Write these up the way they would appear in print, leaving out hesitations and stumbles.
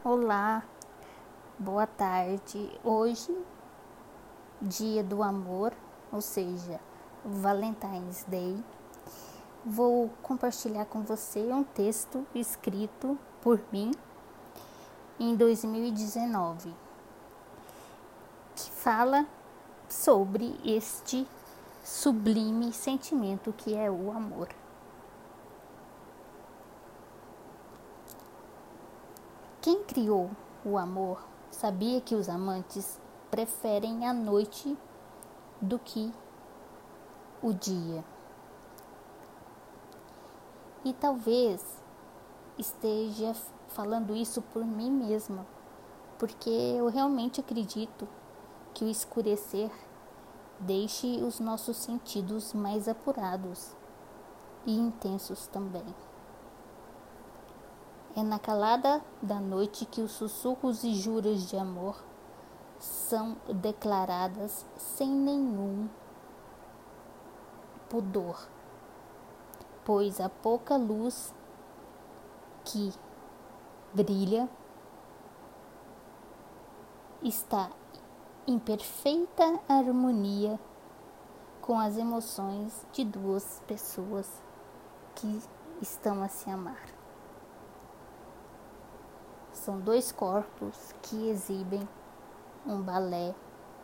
Olá, boa tarde. Hoje, dia do amor, ou seja, Valentine's Day, vou compartilhar com você um texto escrito por mim em 2019, que fala sobre este sublime sentimento que é o amor. Quem criou o amor sabia que os amantes preferem a noite do que o dia. E talvez esteja falando isso por mim mesma, porque eu realmente acredito que o escurecer deixe os nossos sentidos mais apurados e intensos também. É na calada da noite que os sussurros e juras de amor são declaradas sem nenhum pudor, pois a pouca luz que brilha está em perfeita harmonia com as emoções de duas pessoas que estão a se amar. São dois corpos que exibem um balé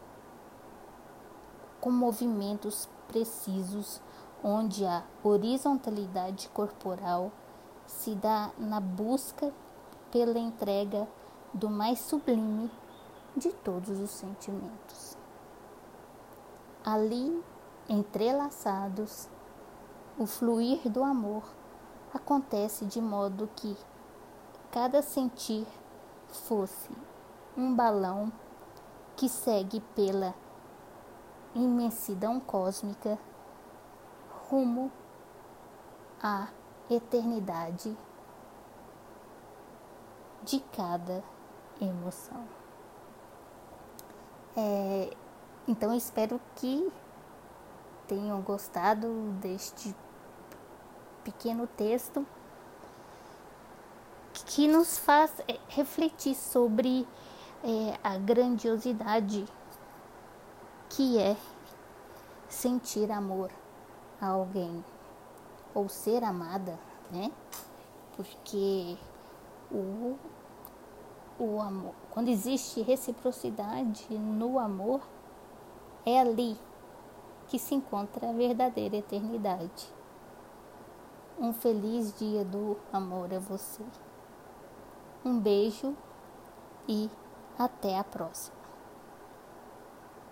com movimentos precisos, onde a horizontalidade corporal se dá na busca pela entrega do mais sublime de todos os sentimentos. Ali, entrelaçados, o fluir do amor acontece de modo que cada sentir fosse um balão que segue pela imensidão cósmica rumo à eternidade de cada emoção. Então espero que tenham gostado deste pequeno texto que nos faz refletir sobre a grandiosidade que é sentir amor a alguém ou ser amada, né? Porque o amor, quando existe reciprocidade no amor, é ali que se encontra a verdadeira eternidade. Um feliz dia do amor a você. Um beijo e até a próxima.